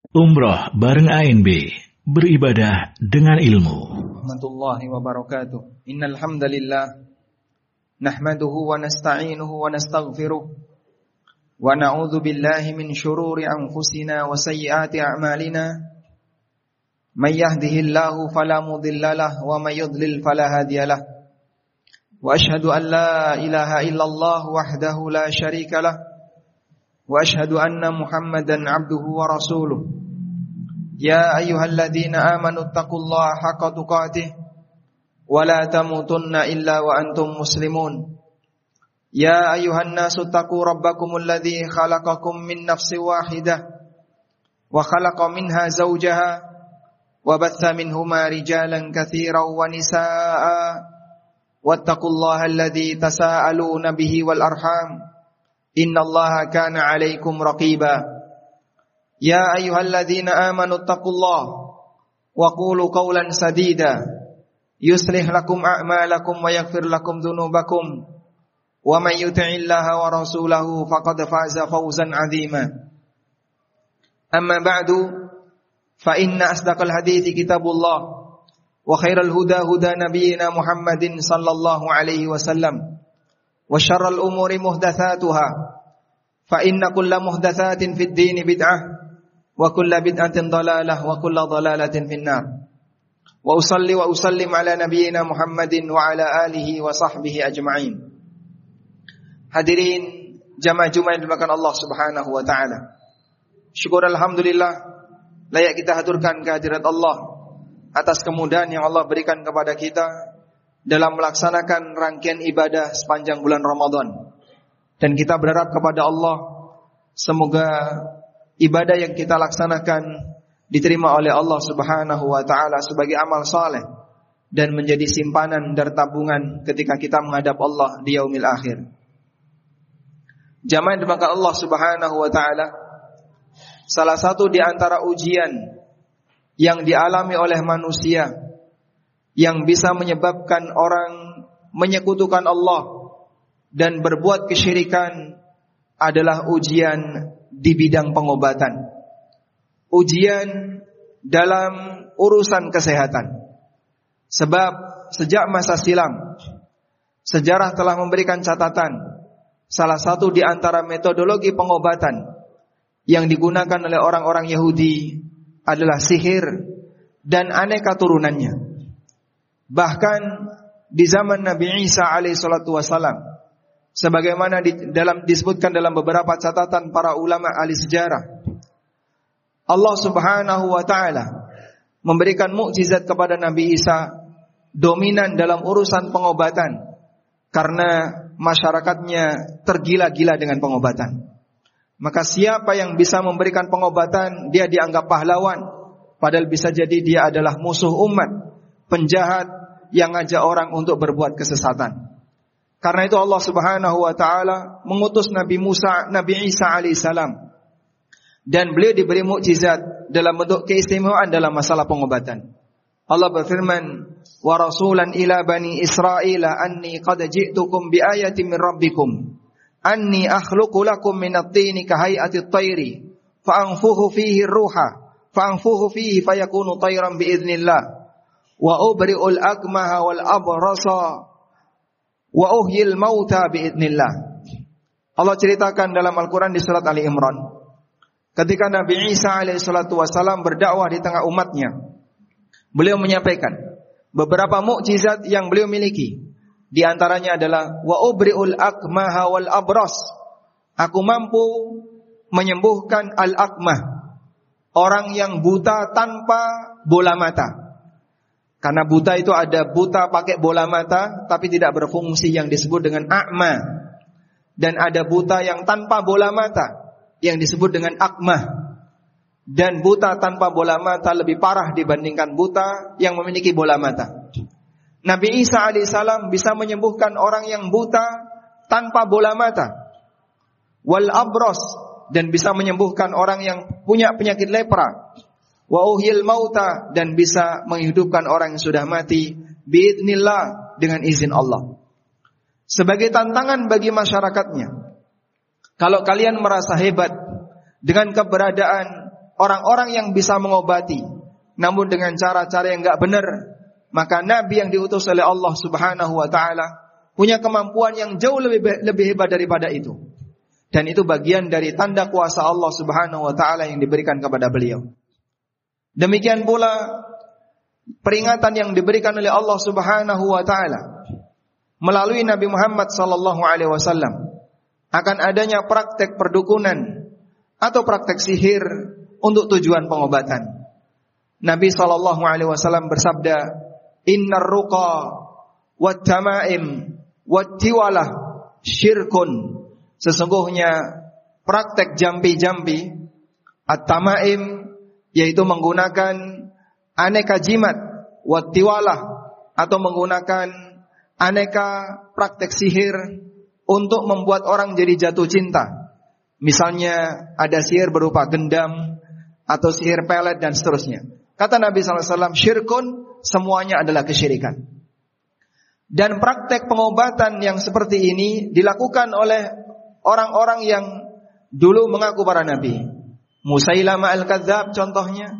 Umrah bareng ANB, beribadah dengan ilmu. Warahmatullahi wabarakatuh. Innal hamdalillah nahmaduhu wa nasta'inuhu wa nastaghfiruh wa na'udzu billahi min shururi anfusina wa sayyiati a'malina. May yahdihillahu fala mudilla lahu wa may yudlil fala hadiya lahu. Wa ashhadu an la ilaha illallah wahdahu la syarika lahu wa ashhadu anna Muhammadan 'abduhu wa rasuluh. Ya ayyuhalladzina amanu taqullaha haqqa tuqatih wa la tamutunna illa wa antum muslimun. Ya ayyuhan nasu taqu rabbakumul ladzi khalaqakum min nafsin wahidah wa khalaqa minha zawjaha wa batha minhuma rijalan katsiran wa nisaa'a wattaqullaha alladzi tasaaluna bihi wal arham innallaha kana 'alaikum raqiba. Ya ayyuhalladzina amanu taqullaha wa qulu qawlan sadida yuslih lakum a'malakum wa yaghfir lakum dhunubakum wa may yuti'illaha wa rasulahu faqad faza fawzan 'azima. Amma ba'du fa inna asdaqal hadithi kitabullah wa khairal huda huda nabiyyina Muhammadin sallallahu alaihi wasallam wa syarral umuri muhdatsatuha fa inna kulla muhdatsatin fid dini bid'ah wa kulla bid'atin dhalalah wa kulla dhalalatin finnar. Wa usalli wa usallim ala nabiyyina Muhammadin wa ala alihi wa sahbihi ajma'in. Hadirin jamaah Jumat yang dimuliakan Allah Subhanahu wa taala. Syukur alhamdulillah layak kita haturkan kehadirat Allah atas kemudahan yang Allah berikan kepada kita dalam melaksanakan rangkaian ibadah sepanjang bulan Ramadan. Dan kita berharap kepada Allah semoga ibadah yang kita laksanakan diterima oleh Allah Subhanahu wa taala sebagai amal saleh dan menjadi simpanan dan tabungan ketika kita menghadap Allah di yaumil akhir. Jamaah dimuliakan Allah Subhanahu wa taala, salah satu di antara ujian yang dialami oleh manusia yang bisa menyebabkan orang menyekutukan Allah dan berbuat kesyirikan adalah ujian di bidang pengobatan. Ujian dalam urusan kesehatan. Sebab sejak masa silam sejarah telah memberikan catatan salah satu di antara metodologi pengobatan yang digunakan oleh orang-orang Yahudi adalah sihir dan aneka turunannya. Bahkan di zaman Nabi Isa alaihissalatu wassalam, sebagaimana disebutkan dalam beberapa catatan para ulama ahli sejarah, Allah Subhanahu wa taala memberikan mukjizat kepada Nabi Isa dominan dalam urusan pengobatan karena masyarakatnya tergila-gila dengan pengobatan. Maka siapa yang bisa memberikan pengobatan, dia dianggap pahlawan, padahal bisa jadi dia adalah musuh umat, penjahat yang ngajak orang untuk berbuat kesesatan. Karena itu Allah Subhanahu wa taala mengutus Nabi Isa alaihissalam, dan beliau diberi mukjizat dalam bentuk keistimewaan dalam masalah pengobatan. Allah berfirman, "Wa rasulan ila bani Israil anni qad ji'tukum bi ayatin min rabbikum anni akhluqu lakum minat tini ka hay'ati at-tayri fa anfuhu fihi ar-ruha fa anfuhu fihi fayakunu tayran bi idznillah wa ubri'ul akmaha wal abrasa wa uhyil mauta biidznillah." Allah ceritakan dalam Al-Quran di surat Ali Imran, ketika Nabi Isa alaihissalatu wassalam berdakwah di tengah umatnya, beliau menyampaikan beberapa mukjizat yang beliau miliki. Di antaranya adalah wa ubri'ul akmaha wal abras. Aku mampu menyembuhkan al-akmah, orang yang buta tanpa bola mata. Karena buta itu ada buta pakai bola mata tapi tidak berfungsi yang disebut dengan a'ma, dan ada buta yang tanpa bola mata yang disebut dengan akmah. Dan buta tanpa bola mata lebih parah dibandingkan buta yang memiliki bola mata. Nabi Isa alaihissalam bisa menyembuhkan orang yang buta tanpa bola mata, wal abros, dan bisa menyembuhkan orang yang punya penyakit lepra, wa uhyil mauta, dan bisa menghidupkan orang yang sudah mati biidznillah, dengan izin Allah. Sebagai tantangan bagi masyarakatnya, kalau kalian merasa hebat dengan keberadaan orang-orang yang bisa mengobati, namun dengan cara-cara yang enggak benar, maka Nabi yang diutus oleh Allah Subhanahu wa taala punya kemampuan yang jauh lebih hebat daripada itu. Dan itu bagian dari tanda kuasa Allah Subhanahu wa taala yang diberikan kepada beliau. Demikian pula peringatan yang diberikan oleh Allah Subhanahu wa taala melalui Nabi Muhammad sallallahu alaihi wasallam akan adanya praktek perdukunan atau praktek sihir untuk tujuan pengobatan. Nabi sallallahu alaihi wasallam bersabda, "Innar ruqa wat tamaim wat tiwalah syirkun." Sesungguhnya praktek jampi-jampi, at-tamaim yaitu menggunakan aneka jimat, wat tiwalah atau menggunakan aneka praktek sihir untuk membuat orang jadi jatuh cinta. Misalnya ada sihir berupa gendam atau sihir pelet dan seterusnya. Kata Nabi SAW, syirkun, semuanya adalah kesyirikan. Dan praktek pengobatan yang seperti ini dilakukan oleh orang-orang yang dulu mengaku para nabi. Musailamah al-Kadzdzab contohnya,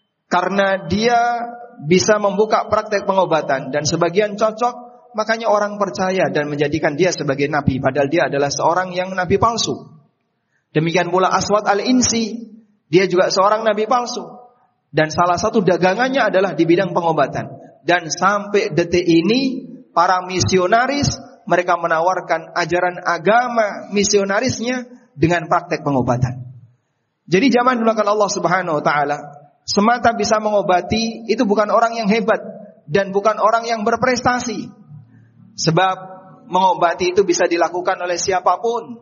karena dia bisa membuka praktek pengobatan dan sebagian cocok, makanya orang percaya dan menjadikan dia sebagai nabi, padahal dia adalah seorang yang nabi palsu. Demikian pula Aswad al-Insi, dia juga seorang nabi palsu. Dan salah satu dagangannya adalah di bidang pengobatan. Dan sampai detik ini para misionaris mereka menawarkan ajaran agama misionarisnya dengan praktek pengobatan. Jadi zaman dulu Allah Subhanahu wa taala semata bisa mengobati itu bukan orang yang hebat dan bukan orang yang berprestasi. Sebab mengobati itu bisa dilakukan oleh siapapun.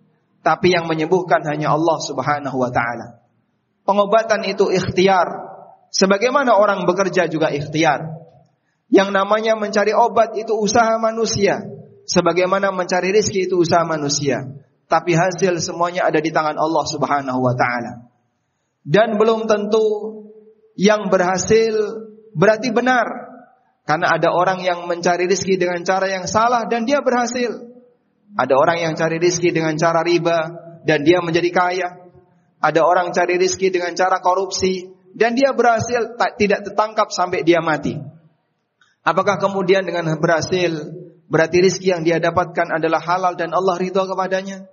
Tapi yang menyembuhkan hanya Allah Subhanahu wa taala. Pengobatan itu ikhtiar. Sebagaimana orang bekerja juga ikhtiar. Yang namanya mencari obat itu usaha manusia. Sebagaimana mencari rezeki itu usaha manusia. Tapi hasil semuanya ada di tangan Allah Subhanahu wa taala. Dan belum tentu yang berhasil berarti benar. Karena ada orang yang mencari rezeki dengan cara yang salah dan dia berhasil. Ada orang yang cari rezeki dengan cara riba dan dia menjadi kaya. Ada orang cari rezeki dengan cara korupsi dan dia berhasil tidak tertangkap sampai dia mati. Apakah kemudian dengan berhasil berarti rezeki yang dia dapatkan adalah halal dan Allah ridha kepadanya?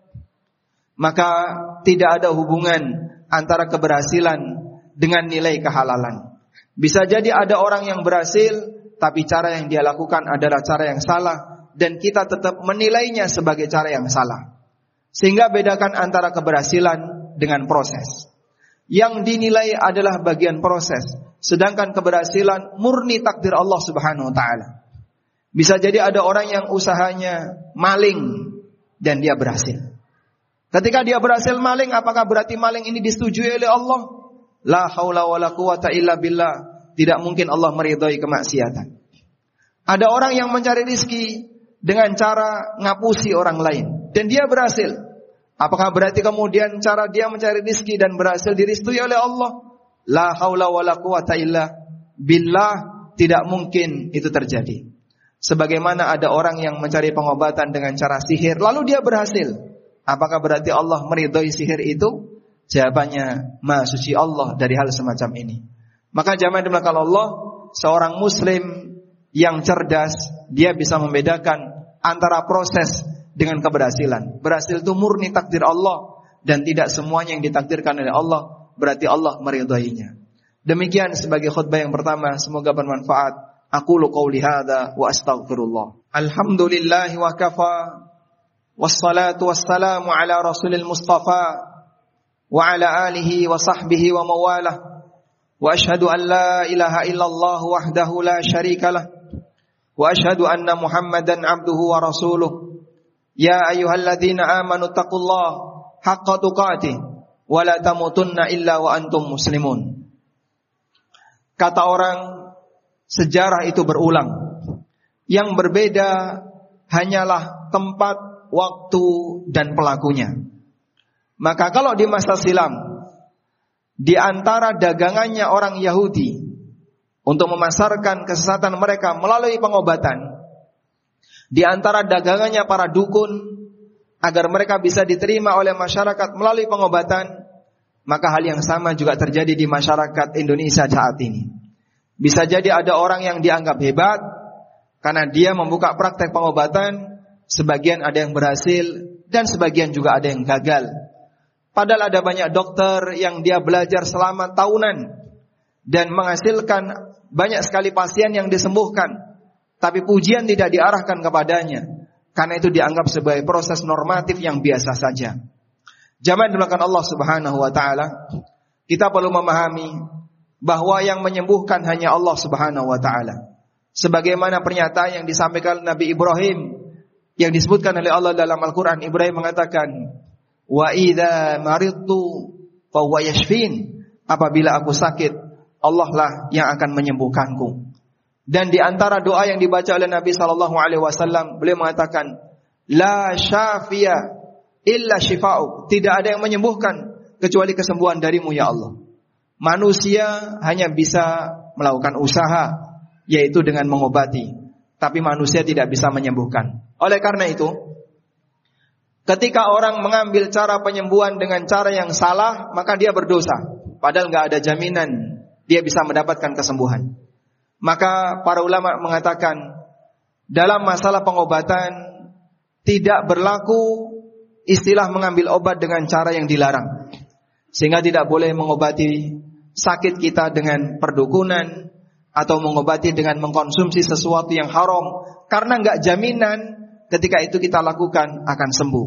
Maka tidak ada hubungan antara keberhasilan dengan nilai kehalalan. Bisa jadi ada orang yang berhasil tapi cara yang dia lakukan adalah cara yang salah dan kita tetap menilainya sebagai cara yang salah. Sehingga bedakan antara keberhasilan dengan proses. Yang dinilai adalah bagian proses, sedangkan keberhasilan murni takdir Allah Subhanahu wa taala. Bisa jadi ada orang yang usahanya maling dan dia berhasil. Ketika dia berhasil maling, apakah berarti maling ini disetujui oleh Allah? La haula wala quwata illa billah. Tidak mungkin Allah meridhai kemaksiatan. Ada orang yang mencari rezeki dengan cara ngapusi orang lain dan dia berhasil. Apakah berarti kemudian cara dia mencari rezeki dan berhasil direstui oleh Allah? La haula wala quwata illa billah. Tidak mungkin itu terjadi. Sebagaimana ada orang yang mencari pengobatan dengan cara sihir lalu dia berhasil. Apakah berarti Allah meridhai sihir itu? Jawabannya, Maha suci Allah dari hal semacam ini. Maka jamaah dimulakan Allah, seorang muslim yang cerdas, dia bisa membedakan antara proses dengan keberhasilan. Berhasil itu murni takdir Allah dan tidak semuanya yang ditakdirkan oleh Allah berarti Allah meridhainya. Demikian sebagai khutbah yang pertama, semoga bermanfaat. Aqulu qouli hadza wa astaghfirullah. Alhamdulillah wa kafa wassalatu wassalamu ala rasulil mustafa wa ala alihi wa sahbihi wa mawalah. Wa ashhadu an la ilaha illallah wahdahu la syarikalah. Wa ashhadu anna Muhammadan abduhu wa rasuluh. Ya ayyuhalladzina amanu taqullaha haqqa tuqatih wa la tamutunna illa wa antum muslimun. Kata orang, sejarah itu berulang. Yang berbeda hanyalah tempat, waktu dan pelakunya. Maka kalau di masa silam, di antara dagangannya orang Yahudi untuk memasarkan kesesatan mereka melalui pengobatan, di antara dagangannya para dukun agar mereka bisa diterima oleh masyarakat melalui pengobatan, Maka hal yang sama juga terjadi di masyarakat Indonesia saat ini. Bisa jadi ada orang yang dianggap hebat karena dia membuka praktek pengobatan, sebagian ada yang berhasil dan sebagian juga ada yang gagal. Padahal ada banyak dokter yang dia belajar selama tahunan dan menghasilkan banyak sekali pasien yang disembuhkan, tapi pujian tidak diarahkan kepadanya karena itu dianggap sebagai proses normatif yang biasa saja. Jamaah dimulakan Allah Subhanahu wa taala, kita perlu memahami bahwa yang menyembuhkan hanya Allah Subhanahu wa taala. Sebagaimana pernyataan yang disampaikan Nabi Ibrahim yang disebutkan oleh Allah dalam Al-Qur'an, Ibrahim mengatakan, "Wa idza maridtu fa huwa yashfin." Apabila aku sakit, Allah lah yang akan menyembuhkanku. Dan di antara doa yang dibaca oleh Nabi sallallahu alaihi wasallam, beliau mengatakan, "La syafiya illa syifa'uk." Tidak ada yang menyembuhkan kecuali kesembuhan darimu ya Allah. Manusia hanya bisa melakukan usaha, yaitu dengan mengobati, tapi manusia tidak bisa menyembuhkan. Oleh karena itu, ketika orang mengambil cara penyembuhan dengan cara yang salah, maka dia berdosa. Padahal nggak ada jaminan dia bisa mendapatkan kesembuhan. Maka para ulama mengatakan, dalam masalah pengobatan tidak berlaku istilah mengambil obat dengan cara yang dilarang. Sehingga tidak boleh mengobati sakit kita dengan perdukunan atau mengobati dengan mengkonsumsi sesuatu yang haram, karena enggak jaminan ketika itu kita lakukan akan sembuh.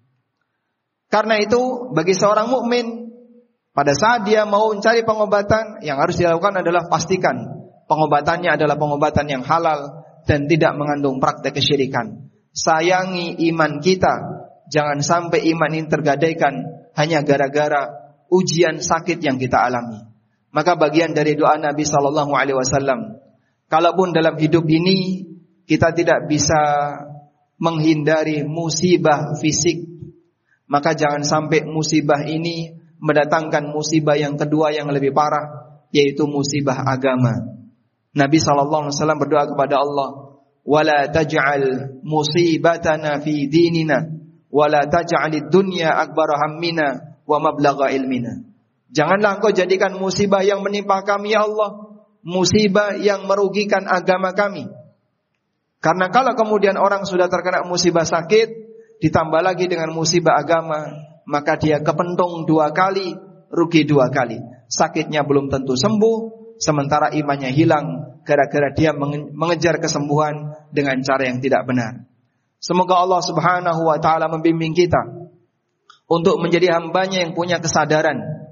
Karena itu bagi seorang mukmin, pada saat dia mau mencari pengobatan, yang harus dilakukan adalah pastikan pengobatannya adalah pengobatan yang halal dan tidak mengandung praktek kesyirikan. Sayangi iman kita, jangan sampai iman ini tergadaikan hanya gara-gara ujian sakit yang kita alami. Maka bagian dari doa Nabi sallallahu alaihi wasallam, kalaupun dalam hidup ini kita tidak bisa menghindari musibah fisik, maka jangan sampai musibah ini mendatangkan musibah yang kedua yang lebih parah, yaitu musibah agama. Nabi sallallahu alaihi wasallam berdoa kepada Allah, "Wala taj'al musibatana fi dinina, wala taj'alid dunya akbara hammina wa mablagha ilmina." Janganlah engkau jadikan musibah yang menimpa kami ya Allah musibah yang merugikan agama kami. Karena kalau kemudian orang sudah terkena musibah sakit, ditambah lagi dengan musibah agama, maka dia kepentung 2 kali, rugi 2 kali. Sakitnya belum tentu sembuh, sementara imannya hilang gara-gara dia mengejar kesembuhan dengan cara yang tidak benar. Semoga Allah Subhanahu wa taala membimbing kita untuk menjadi hambanya yang punya kesadaran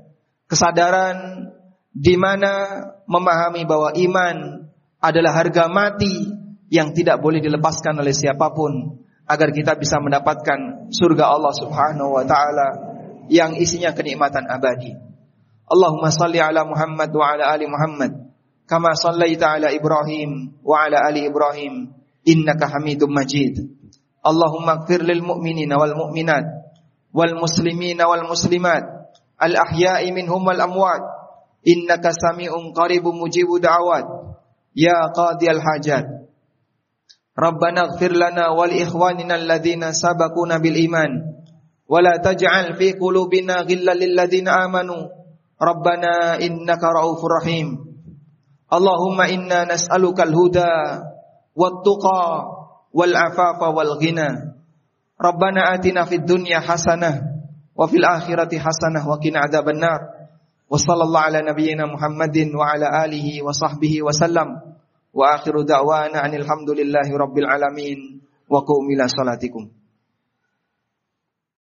di mana memahami bahwa iman adalah harga mati yang tidak boleh dilepaskan oleh siapapun, agar kita bisa mendapatkan surga Allah Subhanahu wa taala yang isinya kenikmatan abadi. Allahumma salli ala Muhammad wa ala ali Muhammad kama sallaita ala Ibrahim wa ala ali Ibrahim innaka Hamidum Majid. Allahumma ighfir lil mu'minina wal mu'minat wal muslimina wal muslimat al ahya'i minhum wal amwat innaka sami'un qaribun mujibud da'awat ya qadiyal hajat. Rabbana ighfir lana wa li ikhwanina alladhina sabaquna bil iman wa la taj'al fi qulubina ghillan lil ladzina amanu Rabbana innaka ra'ufur rahim. Allahumma inna nas'aluka al-huda wat-tuqa wal-afafa wal-ghina. Rabbana atina fid dunya hasanah wa fil akhirati hasanah wa qina adzabannar. Wa sallallahu ala nabiyyina Muhammadin wa ala alihi wa sahbihi wa sallam. Wa akhiru da'wana anil hamdulillahi rabbil alamin wa qum ila salatikum.